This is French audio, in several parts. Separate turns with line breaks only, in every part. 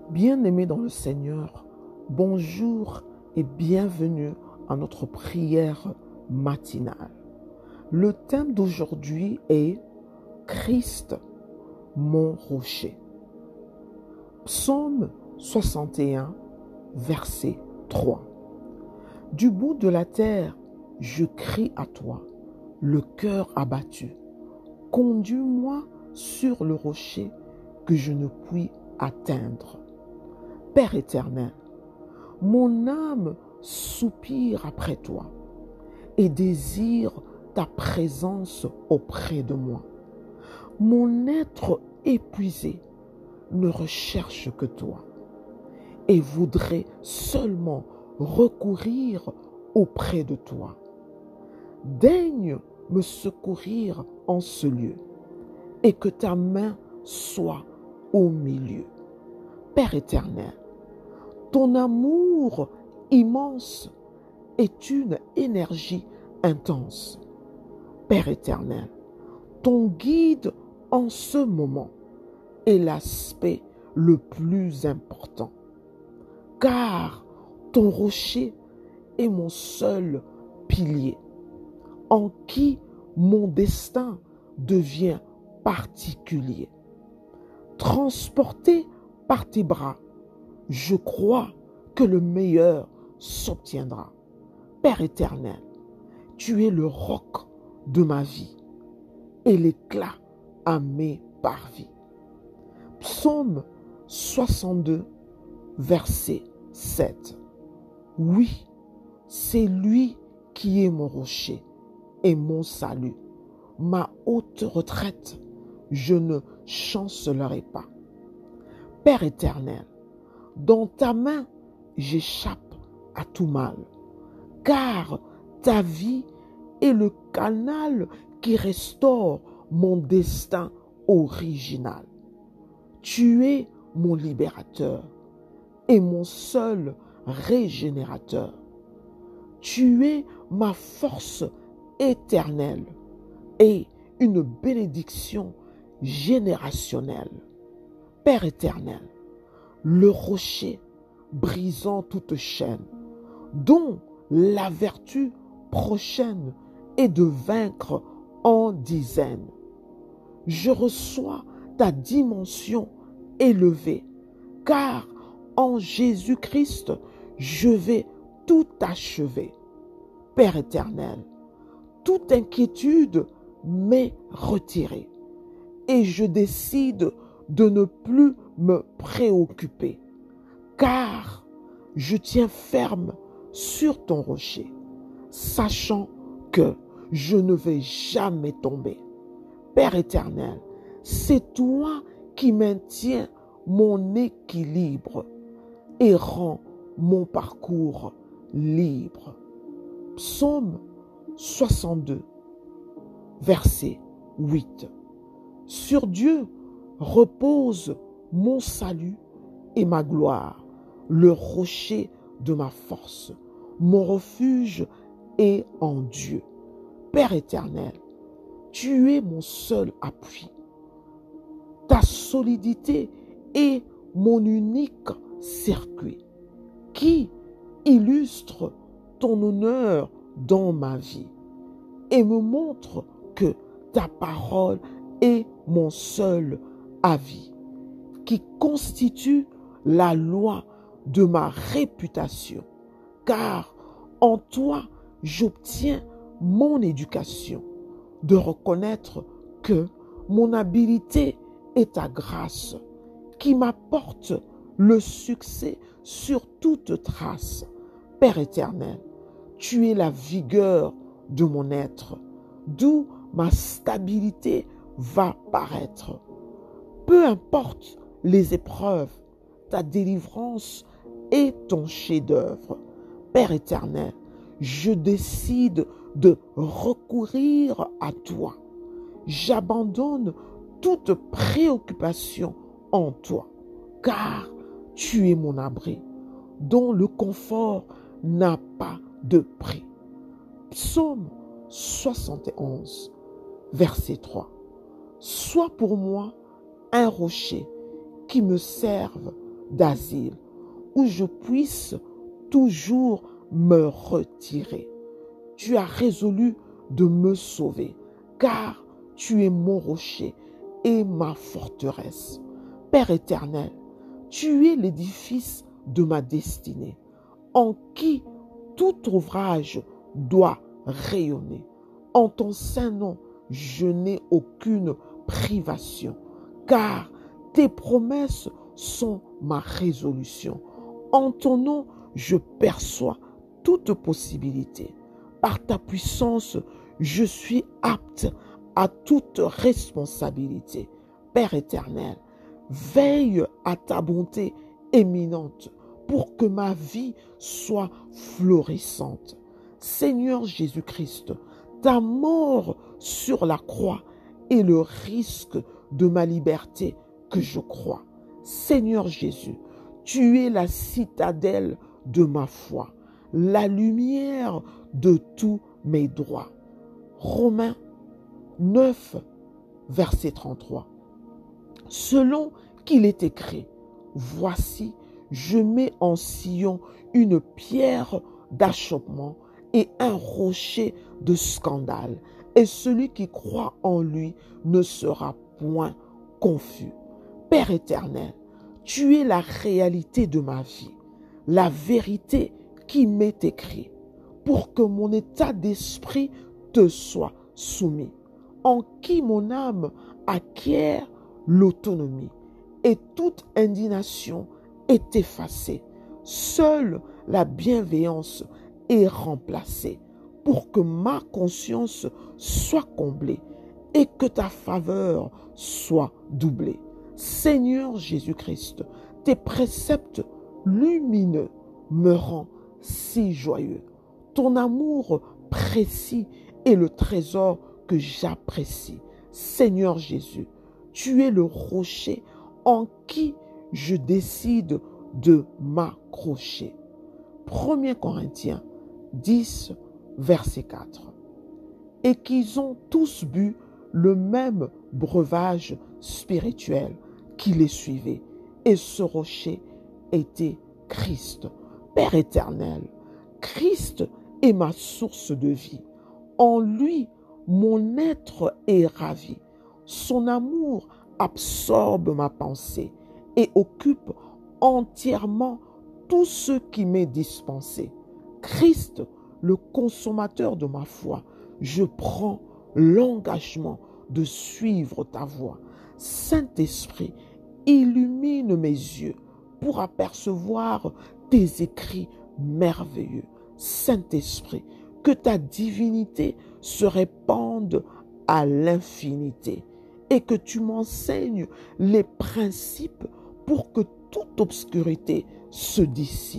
Bien-aimés dans le Seigneur, bonjour et bienvenue à notre prière matinale. Le thème d'aujourd'hui est Christ, mon rocher. Psaume 61, verset 3. Du bout de la terre, je crie à toi, le cœur abattu. Conduis-moi sur le rocher que je ne puis atteindre. Père éternel, mon âme soupire après toi et désire ta présence auprès de moi. Mon être épuisé ne recherche que toi et voudrait seulement recourir auprès de toi. Daigne me secourir en ce lieu et que ta main soit au milieu. Père éternel, ton amour immense est une énergie intense. Père éternel, ton guide en ce moment est l'aspect le plus important, car ton rocher est mon seul pilier, en qui mon destin devient particulier. Transporté par tes bras, je crois que le meilleur s'obtiendra. Père éternel, tu es le roc de ma vie et l'éclat à mes parvis. Psaume 62, verset 7. Oui, c'est lui qui est mon rocher et mon salut, ma haute retraite, je ne chancellerai pas. Père éternel, dans ta main, j'échappe à tout mal, car ta vie est le canal qui restaure mon destin original. Tu es mon libérateur et mon seul régénérateur. Tu es ma force éternelle et une bénédiction générationnelle. Père éternel, le rocher brisant toute chaîne, dont la vertu prochaine est de vaincre en dizaines. Je reçois ta dimension élevée, car en Jésus-Christ, je vais tout achever. Père éternel, toute inquiétude m'est retirée et je décide de ne plus me préoccuper, car je tiens ferme sur ton rocher, sachant que je ne vais jamais tomber. Père éternel, c'est toi qui maintiens mon équilibre et rends mon parcours libre. Psaume 62, verset 8. Sur Dieu repose mon salut et ma gloire, le rocher de ma force, mon refuge est en Dieu. Père éternel, tu es mon seul appui. Ta solidité est mon unique circuit qui illustre ton honneur dans ma vie et me montre que ta parole est mon seul avis, qui constitue la loi de ma réputation, car en toi j'obtiens mon éducation, de reconnaître que mon habileté est ta grâce, qui m'apporte le succès sur toute trace. Père éternel, tu es la vigueur de mon être, d'où ma stabilité va paraître. Peu importe les épreuves, ta délivrance est ton chef-d'œuvre. Père éternel, je décide de recourir à toi. J'abandonne toute préoccupation en toi, car tu es mon abri, dont le confort n'a pas de prix. Psaume 71, verset 3. Sois pour moi un rocher qui me serve d'asile où je puisse toujours me retirer. Tu as résolu de me sauver, car tu es mon rocher et ma forteresse. Père éternel, tu es l'édifice de ma destinée, en qui tout ouvrage doit rayonner. En ton saint nom, je n'ai aucune privation, car tes promesses sont ma résolution. En ton nom, je perçois toute possibilité. Par ta puissance, je suis apte à toute responsabilité. Père éternel, veille à ta bonté éminente pour que ma vie soit florissante. Seigneur Jésus-Christ, ta mort sur la croix est le risque de ma liberté que je crois. Seigneur Jésus, tu es la citadelle de ma foi, la lumière de tous mes droits. Romains 9, verset 33. Selon qu'il est écrit, voici, je mets en Sion une pierre d'achoppement et un rocher de scandale, et celui qui croit en lui ne sera point confus. Père éternel, tu es la réalité de ma vie, la vérité qui m'est écrite, pour que mon état d'esprit te soit soumis, en qui mon âme acquiert l'autonomie et toute indignation est effacée. Seule la bienveillance est remplacée pour que ma conscience soit comblée et que ta faveur soit doublée. Seigneur Jésus-Christ, tes préceptes lumineux me rendent si joyeux. Ton amour précis est le trésor que j'apprécie. Seigneur Jésus, tu es le rocher en qui je décide de m'accrocher. 1 Corinthiens 10, verset 4. Et qu'ils ont tous bu le même breuvage spirituel qui les suivait. Et ce rocher était Christ. Père éternel, Christ est ma source de vie. En lui, mon être est ravi. Son amour absorbe ma pensée et occupe entièrement tout ce qui m'est dispensé. Christ, le consommateur de ma foi, je prends l'engagement de suivre ta voie. Saint-Esprit, illumine mes yeux pour apercevoir tes écrits merveilleux. Saint-Esprit, que ta divinité se répande à l'infinité et que tu m'enseignes les principes pour que toute obscurité se dissipe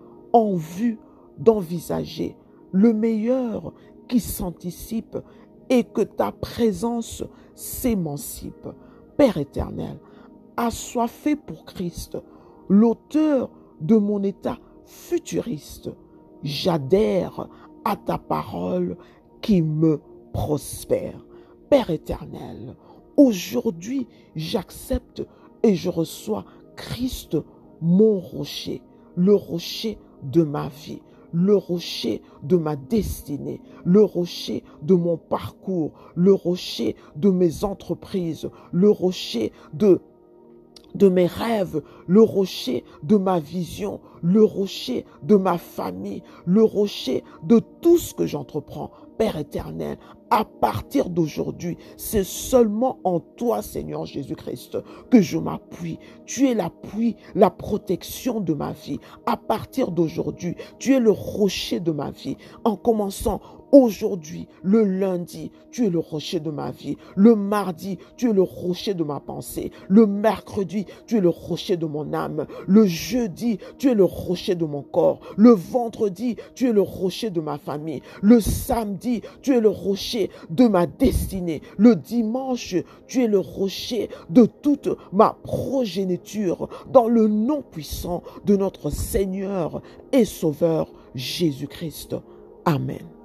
en vue d'envisager le meilleur qui s'anticipe et que ta présence s'émancipe. Père éternel, assoiffé pour Christ, l'auteur de mon état futuriste, j'adhère à ta parole qui me prospère. Père éternel, aujourd'hui j'accepte et je reçois Christ, mon rocher, le rocher de ma vie, le rocher de ma destinée, le rocher de mon parcours, le rocher de mes entreprises, le rocher de mes rêves, le rocher de ma vision, le rocher de ma famille, le rocher de tout ce que j'entreprends. Père éternel, à partir d'aujourd'hui, c'est seulement en toi, Seigneur Jésus-Christ, que je m'appuie. Tu es l'appui, la protection de ma vie. À partir d'aujourd'hui, tu es le rocher de ma vie. En commençant aujourd'hui, le lundi, tu es le rocher de ma vie. Le mardi, tu es le rocher de ma pensée. Le mercredi, tu es le rocher de mon âme. Le jeudi, tu es le rocher de mon corps. Le vendredi, tu es le rocher de ma famille. Le samedi, tu es le rocher de ma destinée. Le dimanche, tu es le rocher de toute ma progéniture. Dans le nom puissant de notre Seigneur et Sauveur Jésus-Christ. Amen.